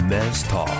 Men's Talk。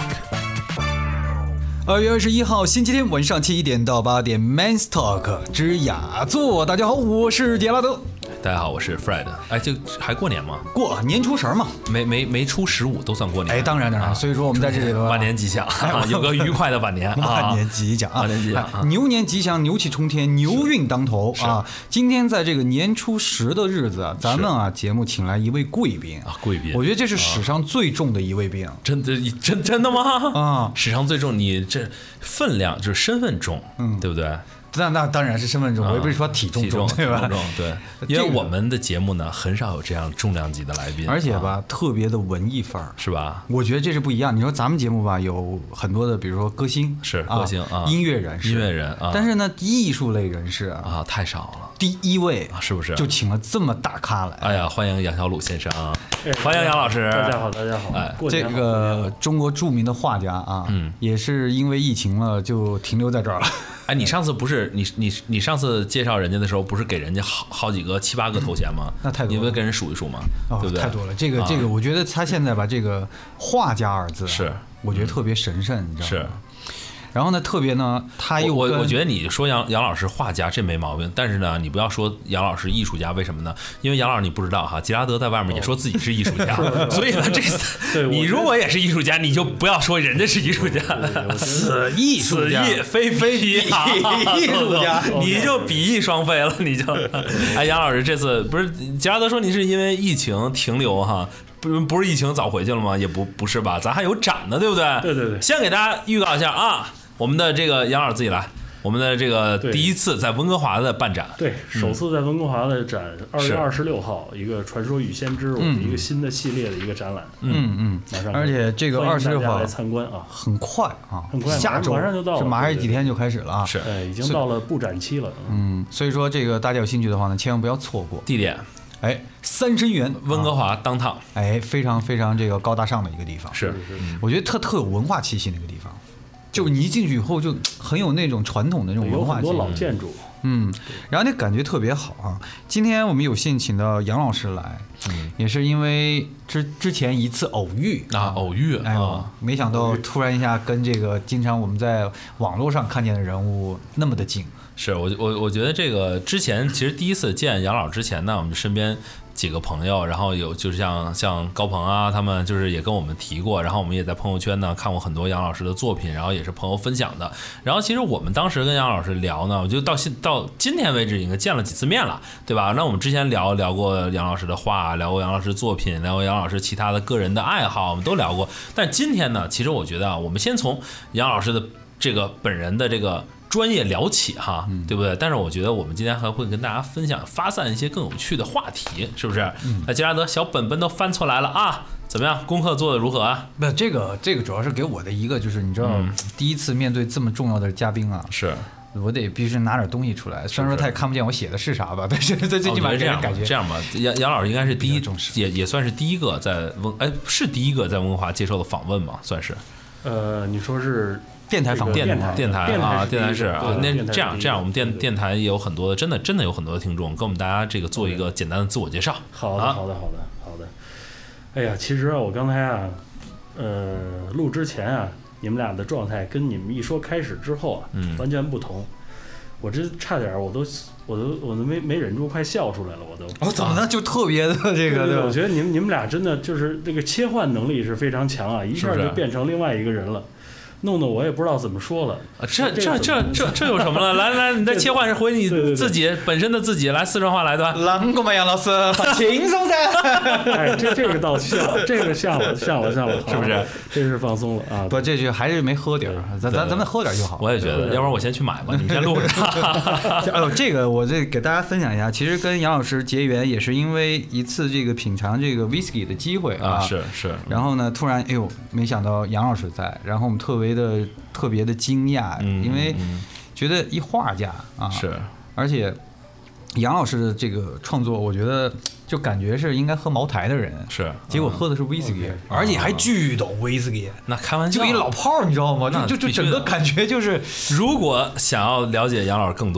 2月21号星期天晚上7点到8点 Men's Talk 之雅座。大家好，我是杰拉德。 大家好，我是 Fred。哎，这还过年吗？ 过年初十嘛， 没出15都算过年。 哎，当然，所以说我们在这里头晚年吉祥，有个愉快的晚年。 晚年吉祥啊， 晚年吉祥， 牛年吉祥，牛气冲天，牛运当头啊！今天在这个年初10的日子啊，咱们啊节目请来一位贵宾啊，贵宾， 我觉得这是史上最重的一位宾。 真的吗？ 啊， 史上最重，你这分量就是身份重，对不对？ 那当然是身份重，我也不是说体重重，对吧？ 对，因为我们的节目呢，很少有这样重量级的来宾， 而且吧，特别的文艺范儿， 是吧？ 我觉得这是不一样。你说咱们节目吧，有很多的，比如说歌星， 是歌星啊， 音乐人啊， 但是呢，艺术类人士啊， 太少了。 第一位是不是就请了这么大咖来？ 哎呀，欢迎杨小鲁先生，欢迎杨老师。 大家好，大家好。 哎， 这个中国著名的画家啊，也是因为疫情了，就停留在这儿了。 哎，你上次不是你上次介绍人家的时候，不是给人家好几个7、8个头衔吗？ 那太多了， 你不跟人数一数吗？对不对？ 太多了。这个，我觉得他现在把这个画家二字是， 我觉得特别神圣，你知道吗？ 是。 然后呢，特别呢，他又我觉得你说杨老师画家这没毛病，但是呢，你不要说杨老师艺术家，为什么呢？因为杨老师你不知道哈，杰拉德在外面也说自己是艺术家，所以呢，这次你如果也是艺术家，你就不要说人家是艺术家， 此艺非艺术家，你就比翼双飞了，你就。哎，杨老师这次不是杰拉德说你是因为疫情停留哈。不是疫情早回去了吗？也不是吧，咱还有展呢，对不对？ 对。 先给大家预告一下啊，我们的这个杨老师自己来，我们的这个第一次在温哥华的办展， 对，首次在温哥华的展，2月26号一个《传说与先知》，我们一个新的系列的一个展览，马上， 而且这个26号来参观啊， 很快啊， 很快， 下周马上就到了， 马上几天就开始了啊， 是， 已经到了布展期了， 所以说这个大家有兴趣的话呢，千万不要错过地点。 哎，3生园， 温哥华当趟， 哎，非常非常这个高大上的一个地方， 是， 我觉得特有文化气息那个地方，就你一进去以后就很有那种传统的那种文化气息， 有很多老建筑， 然后那感觉特别好啊。今天我们有幸请到杨老师来，也是因为之前一次偶遇， 哎呦，没想到突然一下跟这个经常我们在网络上看见的人物那么的近。 是我觉得这个之前其实第一次见杨老之前呢，我们身边几个朋友，然后有就是像高鹏啊，他们就是也跟我们提过，然后我们也在朋友圈呢看过很多杨老师的作品，然后也是朋友分享的。然后其实我们当时跟杨老师聊呢，我就到今天为止已经见了几次面了，对吧？那我们之前聊过杨老师的画，聊过杨老师作品，聊过杨老师其他的个人的爱好，我们都聊过。但今天呢，其实我觉得我们先从杨老师的这个本人的这个专业聊起哈，对不对？但是我觉得我们今天还会跟大家分享发散一些更有趣的话题，是不是？那杰拉德小本本都翻出来了啊，怎么样？功课做的如何啊？ 不，这个主要是给我的一个就是你知道，第一次面对这么重要的嘉宾啊， 是我得必须拿点东西出来。虽然说他也看不见我写的是啥吧，但是最起码这样感觉这样吧。杨老师应该是第一，也算是第一个在是第一个在温哥华接受的访问嘛，算是。 你说是？ 电台访问， 电台啊，电台是啊，那这样，我们电台也有很多，真的有很多的听众，跟我们大家这个做一个简单的自我介绍。 好的。哎呀，其实我刚才啊，录之前啊，你们俩的状态跟你们一说开始之后啊，完全不同。我这差点，我都没忍住，快笑出来了，我都。 怎么呢？就特别的这个， 对，我觉得你们俩真的就是这个切换能力是非常强啊，一下就变成另外一个人了。弄得我也不知道怎么说了。 这有什么了？来，你再切换回你自己本身的自己来四川话来的。 啷个嘛，杨老师，很轻松噻。 哎，这个倒像，这个像了，是不是？这是放松了啊！ 不，这句还是没喝点儿，咱们喝点就好。 我也觉得，要不然我先去买吧，你们先录着。 这个我这给大家分享一下，其实跟杨老师结缘也是因为一次这个品尝这个 whisky 的机会啊， 是。 然后呢，突然没想到杨老师在，然后我们特别的惊讶，因为觉得一画家啊， 是， 而且杨老师的这个创作，我觉得就感觉是应该喝茅台的人， 是， 结果喝的是威士忌，而且还巨懂威士忌， 那开玩笑， 就一老炮儿，你知道吗？就整个感觉就是，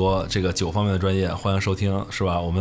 如果想要了解杨老师更多这个酒方面的专业，欢迎收听，是吧？我们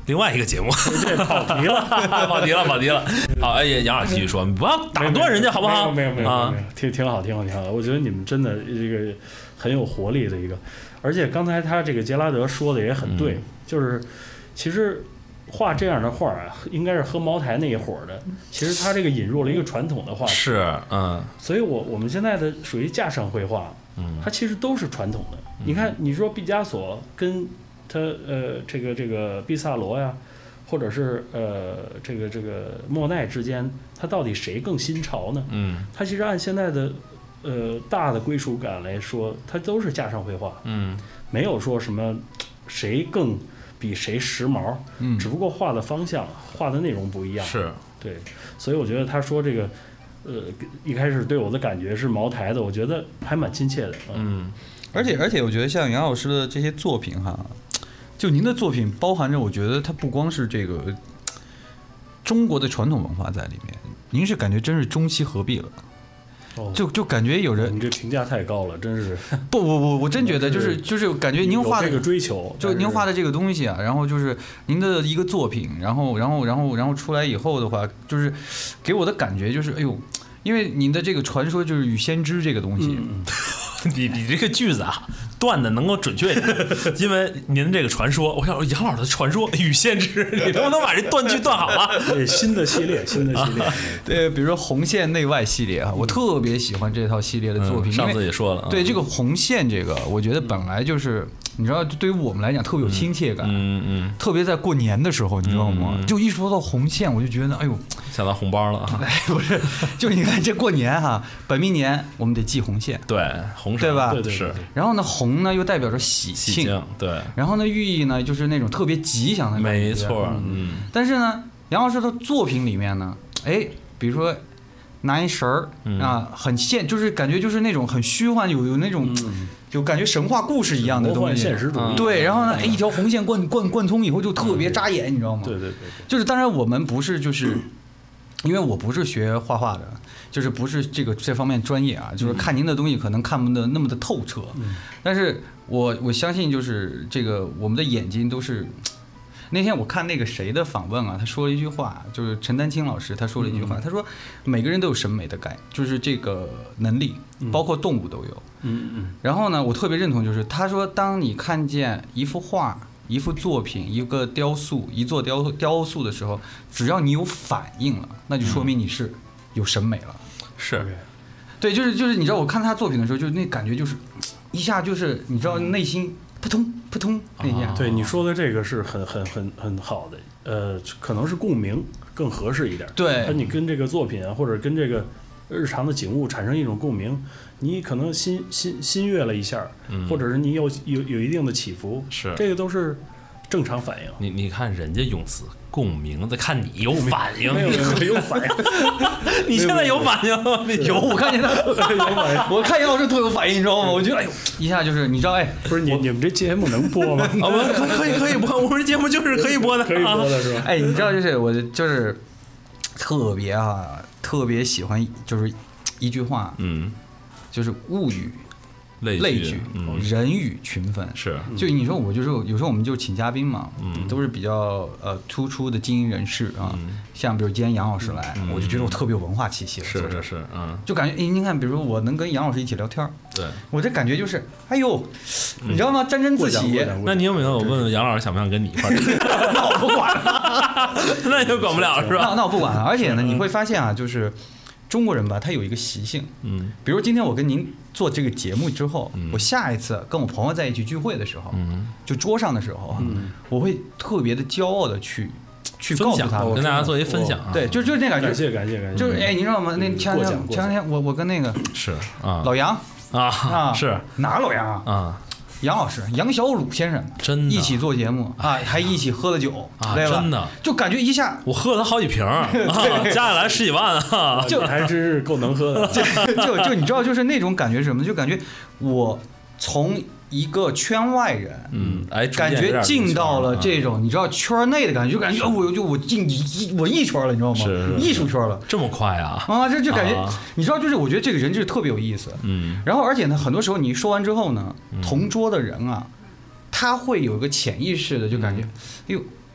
另外一个节目。 这跑题了， 跑题了。好，哎，杨老师继续说，你不要打断人家好不好？ 没有，挺好。我觉得你们真的这个很有活力的一个，而且刚才他这个杰拉德说的也很对，就是其实画这样的画啊，应该是喝茅台那一伙的。其实他这个引入了一个传统的画是， 所以我们现在的属于架上绘画，它其实都是传统的。你看，你说毕加索跟他这个毕萨罗呀，或者是这个莫奈之间，他到底谁更新潮呢？他其实按现在的大的归属感来说，它都是架上绘画，没有说什么谁更比谁时髦，只不过画的方向、画的内容不一样。 是对，所以我觉得他说这个，一开始对我的感觉是茅台的，我觉得还蛮亲切的。 而且我觉得像杨老师的这些作品哈，就您的作品包含着，我觉得它不光是这个中国的传统文化在里面，您是感觉真是中西合璧了。就感觉有人， 你这评价太高了，真是不，我真觉得就是感觉您画的这个追求， 就您画的这个东西啊，然后就是您的一个作品，然后出来以后的话，就是给我的感觉就是，哎呦，因为您的这个传说就是与先知这个东西， 你这个句子啊，断的能够准确一点，因为您这个传说，我想杨老师的传说与先知，你能不能把这断句断好了？ 对，新的系列， 对，比如说红线内外系列啊，我特别喜欢这套系列的作品。 上次也说了， 对这个红线这个，我觉得本来就是。你知道，对于我们来讲特别有亲切感，特别在过年的时候，你知道吗？就一说到红线，我就觉得，哎呦， 想到红包了啊！ 哎，不是，就你看这过年哈，本命年我们得系红线， 对，红对吧？ 对是。 然后呢，红呢又代表着喜庆， 对。 然后呢，寓意呢就是那种特别吉祥的感觉， 没错， 但是呢，杨老师的作品里面呢，哎，比如说拿一绳儿啊，很就是感觉就是那种很虚幻，有那种。就感觉神话故事一样的东西， 现实主义。 对，然后呢，一条红线贯通以后就特别扎眼，你知道吗？ 对。 就是当然我们不是因为我不是学画画的，就是不是这方面专业啊，就是看您的东西可能看不得那么的透彻，但是我相信就是这个我们的眼睛都是。那天我看那个谁的访问啊，他说了一句话，就是陈丹青老师，他说了一句话，他说每个人都有审美的就是这个能力，包括动物都有。然后呢，我特别认同，就是他说，当你看见一幅画、一幅作品、一个雕塑、一座雕塑的时候，只要你有反应了，那就说明你是有审美了。 是， 对，就是你知道，我看他作品的时候，就那感觉就是一下就是你知道内心。扑通那样， 对你说的这个是很好的，可能是共鸣更合适一点。 对， 你跟这个作品啊，或者跟这个日常的景物产生一种共鸣，你可能心悦了一下，或者是你有一定的起伏， 是这个都是正常反应。 你看人家用词共鸣，再看你有反应， 有反应。 你现在有反应吗？ 有，我看见他有反应，我看杨老师特有反应，你知道吗？我觉得哎呦，一下就是你知道，哎， 不是你们这节目能播吗？ 可以播，我们这节目就是可以播的， 可以播的是吧？ 哎，你知道就是我就是特别喜欢就是一句话，就是物语。类聚，人语群分是。 就你说我就是有时候我们就请嘉宾嘛，都是比较突出的精英人士啊，像比如今天杨老师来，我就觉得我特别有文化气息了。 是， 就感觉您看，比如说我能跟杨老师一起聊天， 对我这感觉就是，哎呦，你知道吗？沾沾自喜。 那你有没有问问杨老师想不想跟你一块儿？ 那我不管了， 那就管不了是吧？ 那我不管了。而且呢，你会发现啊，就是中国人吧，他有一个习性，比如今天我跟您做这个节目之后，我下一次跟我朋友在一起聚会的时候，就桌上的时候，我会特别的骄傲的去告诉他们， 跟大家做一分享。 对，就是那感觉。 感谢。 就是哎，你知道吗？那前两天我跟那个是啊老杨是哪老杨啊？杨老师，杨小鲁先生， 真的一起做节目啊，还一起喝了酒啊，真的， 就感觉一下， 我喝了他好几瓶啊，加起来10几万啊， 就还真是够能喝的。 就你知道，就是那种感觉是什么？就感觉我从一个圈外人，感觉进到了这种你知道圈内的感觉，就感觉我进我一圈了，你知道吗？ 是艺术圈了， 这么快啊！ 这就感觉你知道，就是我觉得这个人就是特别有意思，然后而且呢，很多时候你说完之后呢，同桌的人啊，他会有一个潜意识的就感觉，哎呦，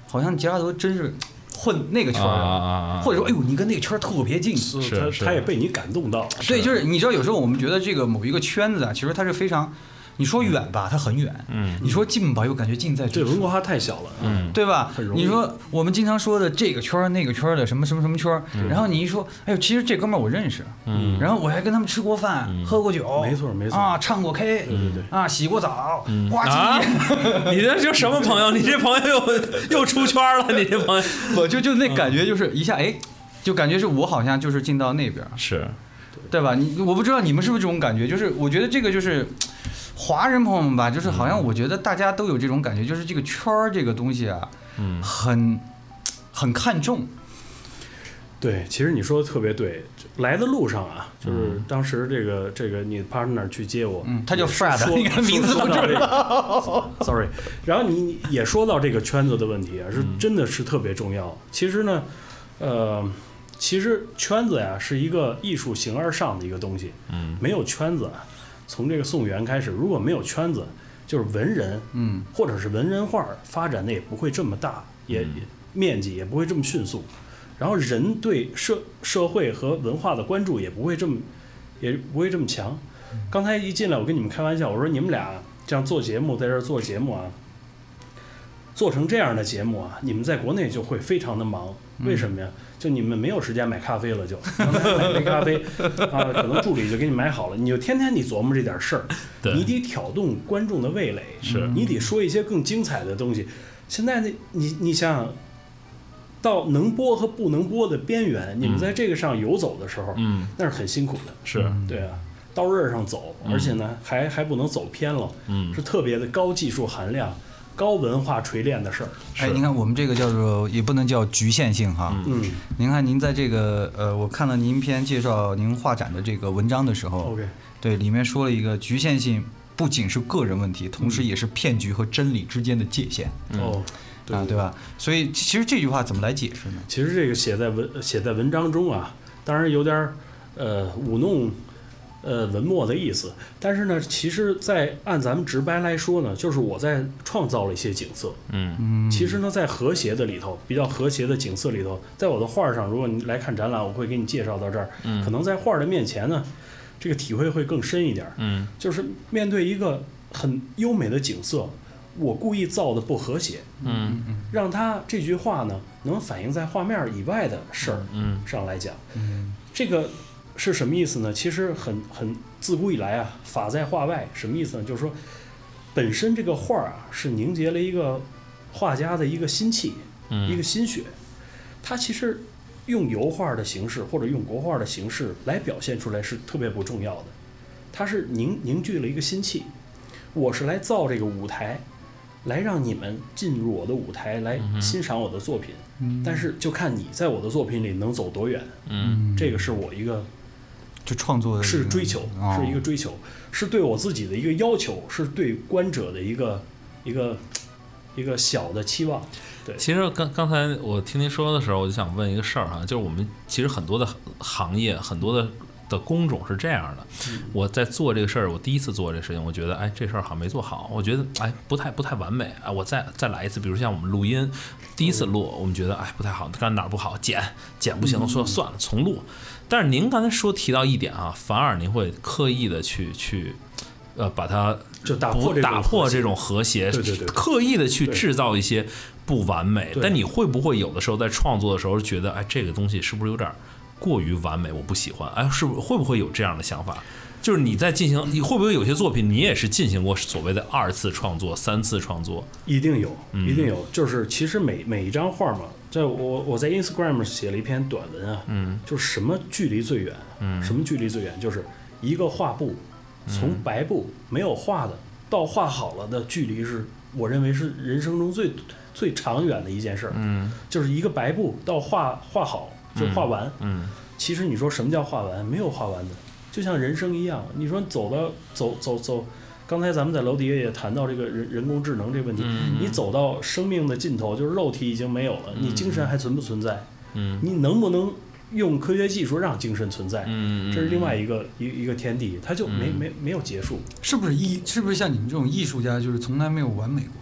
好像杰拉德真是混那个圈的，或者说哎呦你跟那个圈特别近， 他也被你感动到了。 对，就是你知道有时候我们觉得这个某一个圈子啊，其实它是非常。你说远吧，它很远；你说近吧，又感觉近在咫尺。 对，温哥华太小了， 对吧？你说我们经常说的这个圈那个圈的什么什么什么圈，然后你一说，哎呦，其实这哥们儿我认识，然后我还跟他们吃过饭，喝过酒， 没错没错啊，唱过 K， 对啊，洗过澡，哇你这就什么朋友？你这朋友又出圈了，你这朋友， 我就那感觉就是一下哎，就感觉是我好像就是进到那边， 是， 对吧？我不知道你们是不是这种感觉，就是我觉得这个就是。华人朋友们吧，就是好像我觉得大家都有这种感觉，就是这个圈儿这个东西啊，很看重。 对，其实你说的特别对。来的路上啊，就是当时这个你 partner 去接我， 他叫 Fred， 你看名字都知道。 Sorry， 然后你也说到这个圈子的问题啊，是真的是特别重要。其实呢，其实圈子呀是一个艺术形而上的一个东西，没有圈子啊。从这个宋元开始，如果没有圈子，就是文人，或者是文人画发展的也不会这么大，也面积也不会这么迅速，然后人对社会和文化的关注也不会这么强。刚才一进来，我跟你们开玩笑，我说你们俩这样做节目，在这儿做节目啊，做成这样的节目啊，你们在国内就会非常的忙，为什么呀？就你们没有时间买咖啡了，就买杯咖啡啊，可能助理就给你买好了，你就天天你琢磨这点事儿，你得挑动观众的味蕾，你得说一些更精彩的东西。现在你想想，到能播和不能播的边缘，你们在这个上游走的时候，那是很辛苦的， 是对啊，刀刃上走，而且呢还不能走偏了，是特别的高技术含量。高文化锤炼的事儿， 哎，您看我们这个叫做也不能叫局限性哈。您看您在这个我看了您篇介绍您画展的这个文章的时候 ，OK， 对，里面说了一个局限性不仅是个人问题，同时也是骗局和真理之间的界限。对吧？所以其实这句话怎么来解释呢？ 其实这个写在文章中啊，当然有点舞弄。文墨的意思，但是呢，其实，按咱们直白来说呢，就是我在创造了一些景色。其实呢，在和谐的里头，比较和谐的景色里头，在我的画上，如果你来看展览，我会给你介绍到这儿。可能在画的面前呢，这个体会会更深一点。就是面对一个很优美的景色，我故意造的不和谐。让它这句话呢，能反映在画面以外的事儿上来讲。这个。是什么意思呢？其实很自古以来啊，法在画外，什么意思呢？就是说，本身这个画啊是凝结了一个画家的一个心气，一个心血。他其实用油画的形式或者用国画的形式来表现出来是特别不重要的，它是凝聚了一个心气。我是来造这个舞台，来让你们进入我的舞台来欣赏我的作品。但是就看你在我的作品里能走多远。这个是我一个。 就创作的是追求，是一个追求，是对我自己的一个要求，是对观者的一个小的期望。对， 其实刚才我听您说的时候，我就想问一个事儿哈，就是我们其实很多的行业，很多的工种是这样的。我在做这个事儿，我第一次做这个事情，我觉得哎这事儿好像没做好，我觉得哎不太完美啊，我再来一次。比如像我们录音，第一次录，我们觉得哎不太好，看哪儿不好，剪不行，说算了重录。但是您刚才提到一点啊，反而您会刻意的去把它就打破这种和谐， 对， 刻意的去制造一些不完美。但你会不会有的时候在创作的时候觉得，哎，这个东西是不是有点过于完美，我不喜欢？哎，会不会有这样的想法？就是你在进行，你会不会有些作品你也是进行过所谓的2次创作、3次创作？ 一定有，一定有。就是其实每一张画嘛，我在 Instagram 写了一篇短文啊，就是什么距离最远？什么距离最远？就是一个画布从白布没有画的到画好了的距离，是我认为是人生中最长远的一件事。就是一个白布到画好就画完。其实你说什么叫画完？没有画完的。就像人生一样，你说走，刚才咱们在楼底下也谈到这个人工智能这个问题，你走到生命的尽头，就是肉体已经没有了，你精神还存不存在？你能不能用科学技术让精神存在？这是另外一个天地，它就没有结束。 是不是像你们这种艺术家，就是从来没有完美过？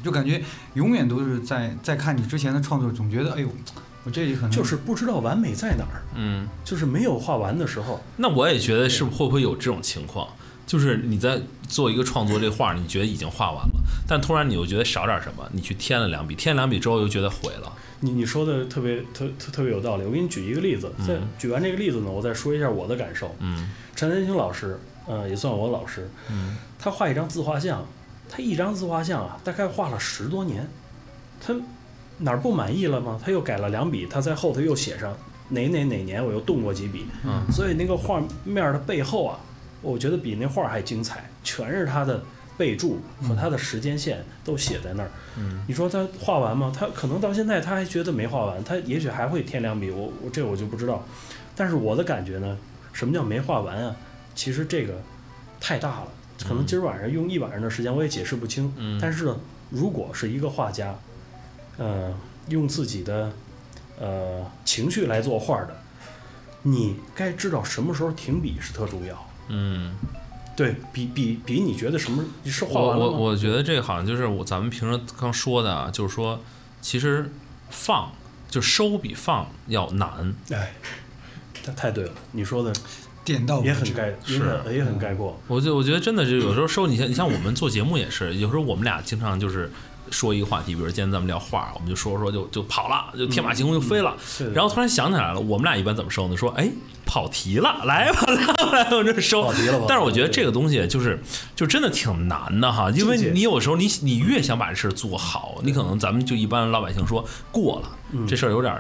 就感觉永远都是在看你之前的创作，总觉得哎呦，我这里可能就是不知道完美在哪儿，就是没有画完的时候。 那我也觉得是会不会有这种情况，就是你在做一个创作，这画你觉得已经画完了，但突然你又觉得少点什么，你去添了2笔，添2笔之后又觉得毁了。 你说的特别有道理。我给你举一个例子，在举完这个例子呢，我再说一下我的感受。陈丹青老师，也算我老师，他画一张自画像，他一张自画像啊，大概画了10多年，他哪儿不满意了吗？他又改了2笔，他在后头又写上哪年我又动过几笔，所以那个画面的背后啊，我觉得比那画还精彩，全是他的备注和他的时间线都写在那儿。你说他画完吗？他可能到现在他还觉得没画完，他也许还会添2笔，我这我就不知道。但是我的感觉呢，什么叫没画完啊？其实这个太大了，可能今儿晚上用1晚上的时间我也解释不清。但是呢，如果是一个画家，用自己的情绪来做画的，你该知道什么时候停笔是特重要。对比你觉得什么是画完了吗？ 我觉得这个好像就是咱们平时刚说的啊，就是说其实放就收比放要难。 哎，太对了，你说的点到也很概括。 我觉得真的是有时候收你像我们做节目也是，有时候我们俩经常就是说一个话题，比如今天咱们聊画，我们就说就跑了，就天马行空就飞了，然后突然想起来了，我们俩一般怎么收呢？说哎跑题了，来吧，我这收跑题了。 但是我觉得这个东西就真的挺难的哈，因为你有时候你越想把这事做好，你可能咱们就一般老百姓说过了，这事儿有点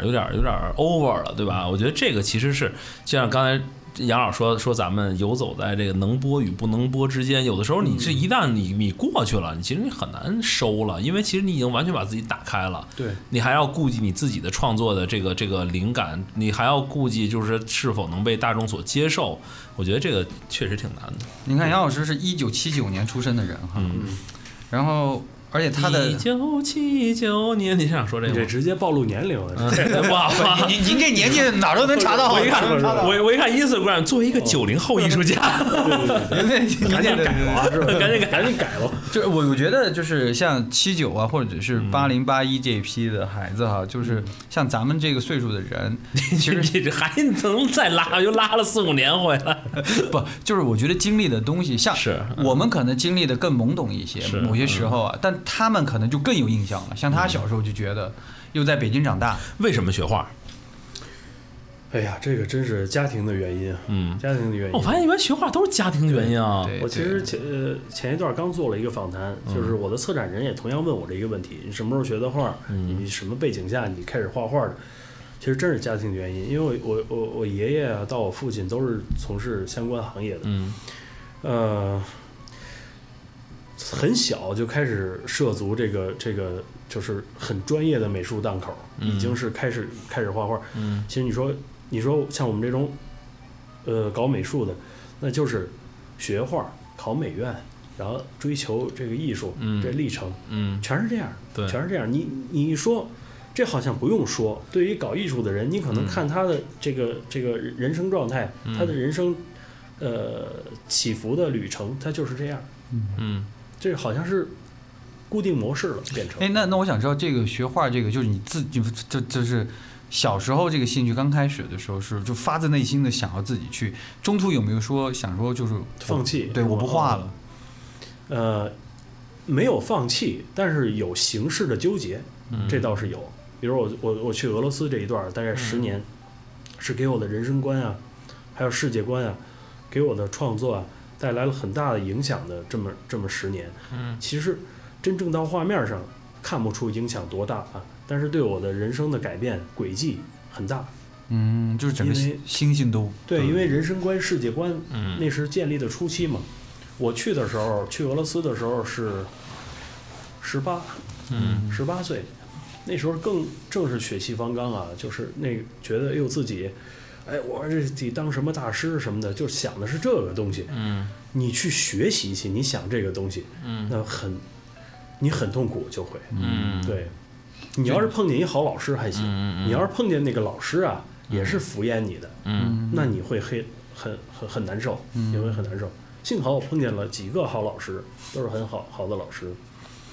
over 了，对吧？我觉得这个其实是就像刚才杨老说咱们游走在这个能播与不能播之间，有的时候你是一旦你过去了，你其实你很难收了，因为其实你已经完全把自己打开了。 对， 你还要顾及你自己的创作的这个灵感，你还要顾及就是是否能被大众所接受。我觉得这个确实挺难的。 你看杨老师是1979年出生的人哈，然后而且他的 1979年，你想说这个？ 你这直接暴露年龄了。 哇，您这年纪哪儿都能查到。 我一看 Instagram， 作为一个90后艺术家， 赶紧改了是吧？赶紧改了。 就我觉得就是像79啊，或者是80、81这一批的孩子哈，就是像咱们这个岁数的人，其实这还能再拉，又拉了4、5年回来。 不，就是我觉得经历的东西，像我们可能经历的更懵懂一些，某些时候啊，但他们可能就更有印象了。像他小时候就觉得又在北京长大， 为什么学画？ 哎呀，这个真是家庭的原因啊，家庭的原因。 我发现一般学画都是家庭的原因啊。 我其实前一段刚做了一个访谈，就是我的策展人也同样问我这一个问题：你什么时候学的画？你什么背景下你开始画画的？其实真是家庭的原因，因为我爷爷啊到我父亲都是从事相关行业的，很小就开始涉足这个就是很专业的美术档口，已经是开始画画。其实你说像我们这种搞美术的，那就是学画、考美院，然后追求这个艺术，这历程，全是这样， 对， 全是这样。你说这好像不用说，对于搞艺术的人，你可能看他的这个人生状态，他的人生起伏的旅程，他就是这样，这好像是固定模式了，变成。 哎，那我想知道这个学画，这个就是你自己就是小时候这个兴趣刚开始的时候是就发自内心的想要自己去，中途有没有想说就是放弃？ 对，我不画了。 没有放弃，但是有形式的纠结，这倒是有。比如我去俄罗斯这一段大概10年，是给我的人生观啊，还有世界观啊，给我的创作啊带来了很大的影响的这么10年。其实真正到画面上看不出影响多大啊，但是对我的人生的改变轨迹很大。 就是整个心性都对，因为人生观、世界观，那是建立的初期嘛。我去的时候，去俄罗斯的时候是18岁，那时候正是血气方刚啊，就是觉得自己，我这得当什么大师什么的，就想的是这个东西。你去学习去，你想这个东西，那你很痛苦就会。对，你要是碰见一好老师还行，你要是碰见那个老师啊，也是敷衍你的，那你会很难受，也会很难受。幸好我碰见了几个好老师，都是很好的老师。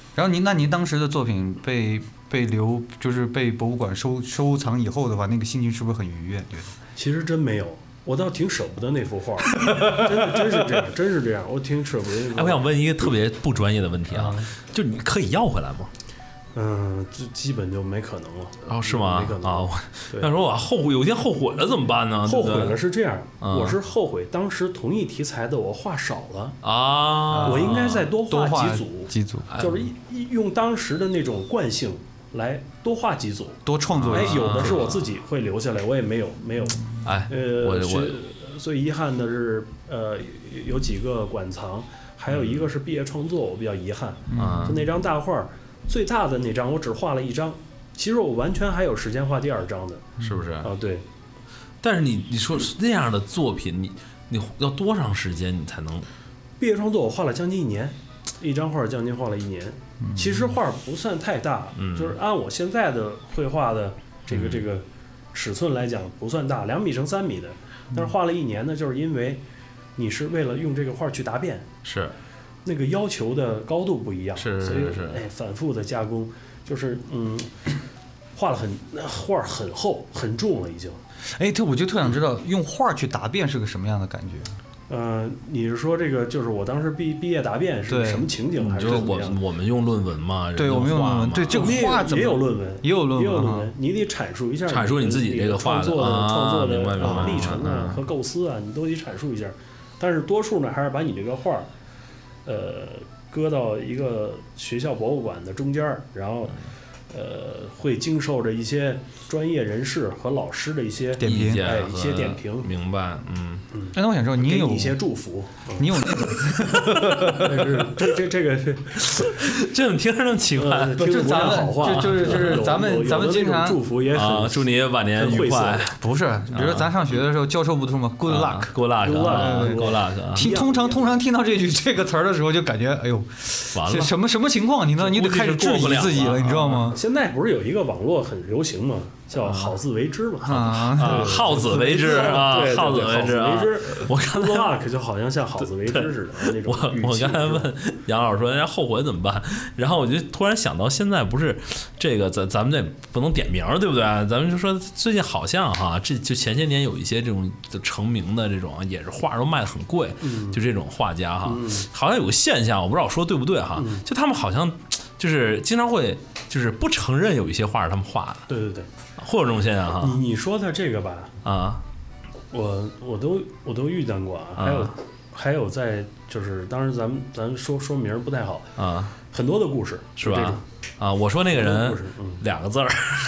然后您当时的作品就是被博物馆收藏以后的话，那个心情是不是很愉悦？觉得其实真没有，我倒挺舍不得那幅画，真是这样，我挺舍不得那幅画。 我想问一个特别不专业的问题啊，就你可以要回来吗？ 这基本就没可能了。 哦，是吗？ 没可能啊，要说我有一天后悔了怎么办呢？ 后悔了是这样，我是后悔当时同一题材的我画少了啊， 我应该再多画几组， 就是用当时的那种惯性来多画几组， 多创作。 有的是我自己会留下来，我也没有。 我最遗憾的是，有几个馆藏，还有一个是毕业创作，我比较遗憾。就那张大画。最大的那张我只画了1张，其实我完全还有时间画第2张的， 是不是？ 对。 但是你说那样的作品，你要多长时间你才能？ 毕业创作我画了将近1年，1张画将近画了1年。其实画不算太大，就是按我现在的绘画的这个尺寸来讲不算大，2米乘3米的。但是画了1年呢，就是因为你是为了用这个画去答辩。 是。 那个要求的高度不一样， 所以反复的加工，就是画很厚很重了已经。 我就特想知道用画去答辩是个什么样的感觉？ 你是说这个就是我当时毕业答辩是什么情景，还是我们用论文嘛？ 对，我们用论文。对，这个画也有论文， 也有论文， 你得阐述一下， 阐述你自己这个创作的历程啊和构思啊，你都得阐述一下。但是多数呢，还是把你这个画搁到一个学校博物馆的中间，然后会经受着一些专业人士和老师的一些点评， 一些点评。 明白， 那我想说，你有一些祝福， 你有那个，这个是， 这怎么听着那么奇怪？ 不是咱们好话， 就是咱们经常祝福也很祝你晚年愉快。 不是，比如说咱上学的时候，教授不都说吗 ？Good luck，Good luck。 通常听到这个词儿的时候，就感觉哎呦， 完了， 什么情况？你得开始质疑自己了，你知道吗？ 现在不是有一个网络很流行吗？叫好自为之嘛， 好自为之啊，好自为之啊！我看 good luck 就好像好自为之似的那种语气。 我刚才问杨老师说，人家后悔怎么办？然后我就突然想到，现在不是这个咱们这不能点名，对不对？咱们就说最近好像就前些年有一些这种成名的这种，也是画都卖得很贵，就这种画家好像有个现象，我不知道我说对不对就他们好像就是经常会就是不承认有一些画是他们画的。 对。 会有这种现象你说的这个吧我都遇见过还有在就是当时咱说名不太好很多的故事是吧？我说那个人2个字儿，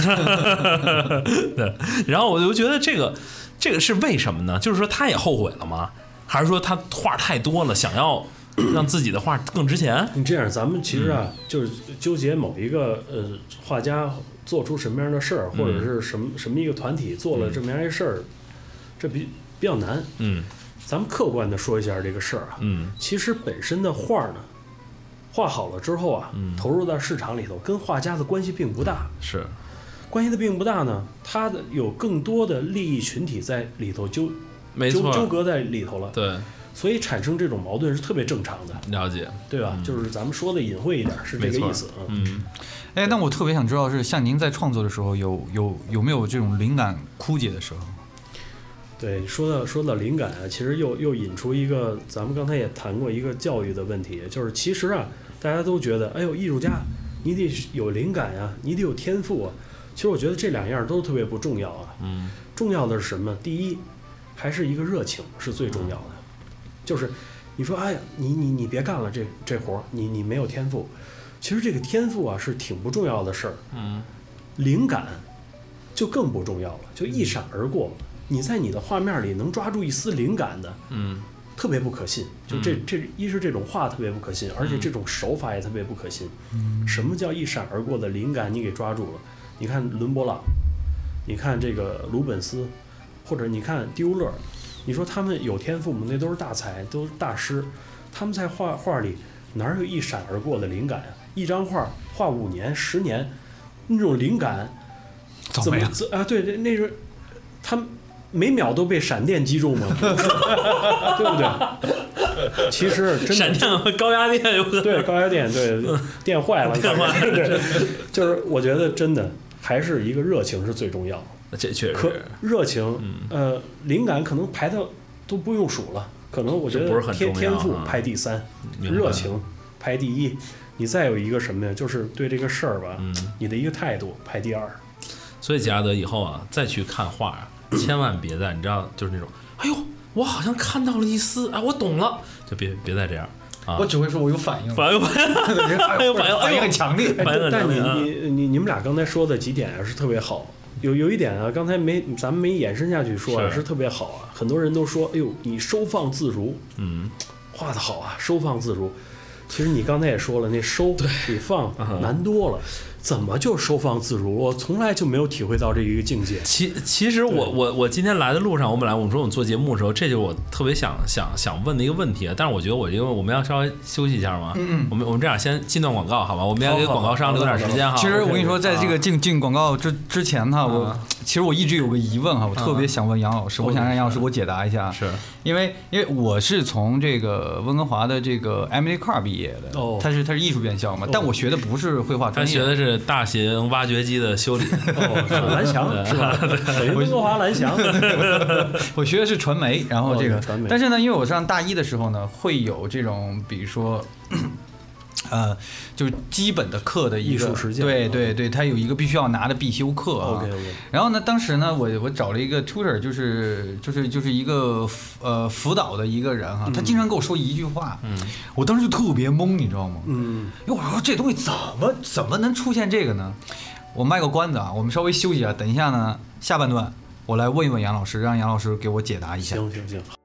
对。然后我就觉得这个是为什么呢？就是说他也后悔了吗？还是说他画太多了，想要让自己的画更值钱？ 你这样，咱们其实就是纠结某一个画家做出什么样的事儿，或者是什么一个团体做了这么样一事儿，这比较难。咱们客观的说一下这个事儿其实本身的画呢，画好了之后投入到市场里头，跟画家的关系并不大。 是， 关系的并不大呢，他的有更多的利益群体在里头纠葛在里头了。 对。 所以产生这种矛盾是特别正常的， 了解， 对吧？就是咱们说的隐晦一点，是这个意思。 那我特别想知道，是像您在创作的时候，有没有这种灵感枯竭的时候？ 对，说到灵感其实又引出一个，咱们刚才也谈过一个教育的问题，就是其实大家都觉得，哎呦，艺术家你得有灵感你得有天赋其实我觉得这2样都特别不重要重要的是什么？第一，还是一个热情是最重要的。就是你说哎呀你别干了这活你没有天赋，其实这个天赋是挺不重要的事儿灵感就更不重要了，就一闪而过你在你的画面里能抓住一丝灵感的特别不可信，就这一是这种画特别不可信，而且这种手法也特别不可信什么叫一闪而过的灵感你给抓住了？你看伦勃朗，你看这个鲁本斯，或者你看丢勒，你说他们有天赋吗？那都是大才，都是大师，他们在画里哪有一闪而过的灵感一张画画5年10年，那种灵感怎么对，那是他们每秒都被闪电击中吗？对不对？其实真的闪电和高压电有可能。 对高压电，对电坏了，对，就是我觉得真的还是一个热情是最重要的。 这确实可热情，灵感可能排到都不用数了，可能我觉得不是很重要天赋排第3，热情排第1。你再有一个什么呀？就是对这个事儿吧，你的一个态度排第2。 所以杰拉德以后啊，再去看画，千万别再你知道，就是那种，哎呦，我好像看到了一丝，哎，我懂了，就别再这样啊！ 我只会说我有反应， 反应很强烈。 但你们俩刚才说的几点啊是特别好。有一点啊，刚才咱们没延伸下去说啊，是特别好啊。很多人都说，哎呦，你收放自如，画得好啊，收放自如。其实你刚才也说了，那收比放难多了。怎么就收放自如？我从来就没有体会到这一个境界。 其实我今天来的路上，我们说我们做节目的时候，这就是我特别想问的一个问题。但是我觉得因为我们要稍微休息一下嘛，我们这样先进段广告好吧？我们要给广告商留点时间哈。 其实我跟你说，在这个进广告之前哈，其实我一直有个疑问哈，我特别想问杨老师，我想让杨老师给我解答一下。 是因为我是从这个温哥华的这个 Emily Carr 毕业的，他是艺术院校嘛，但我学的不是绘画专业， 他学的是大型挖掘机的修理， 蓝翔是吧？温哥华蓝翔， 我学的是传媒，然后这个， 传媒。 但是呢，因为我上大一的时候呢，会有这种，比如说。就是基本的课的一个艺术实践， 对，它有一个必须要拿的必修课啊。 OK。 然后呢，当时呢，我找了一个 tutor，就是一个辅导的一个人哈，他经常跟我说一句话，我当时就特别懵，你知道吗？因为我说这东西怎么能出现这个呢？我卖个关子啊，我们稍微休息一下，等一下呢，下半段我来问一问杨老师，让杨老师给我解答一下。 行。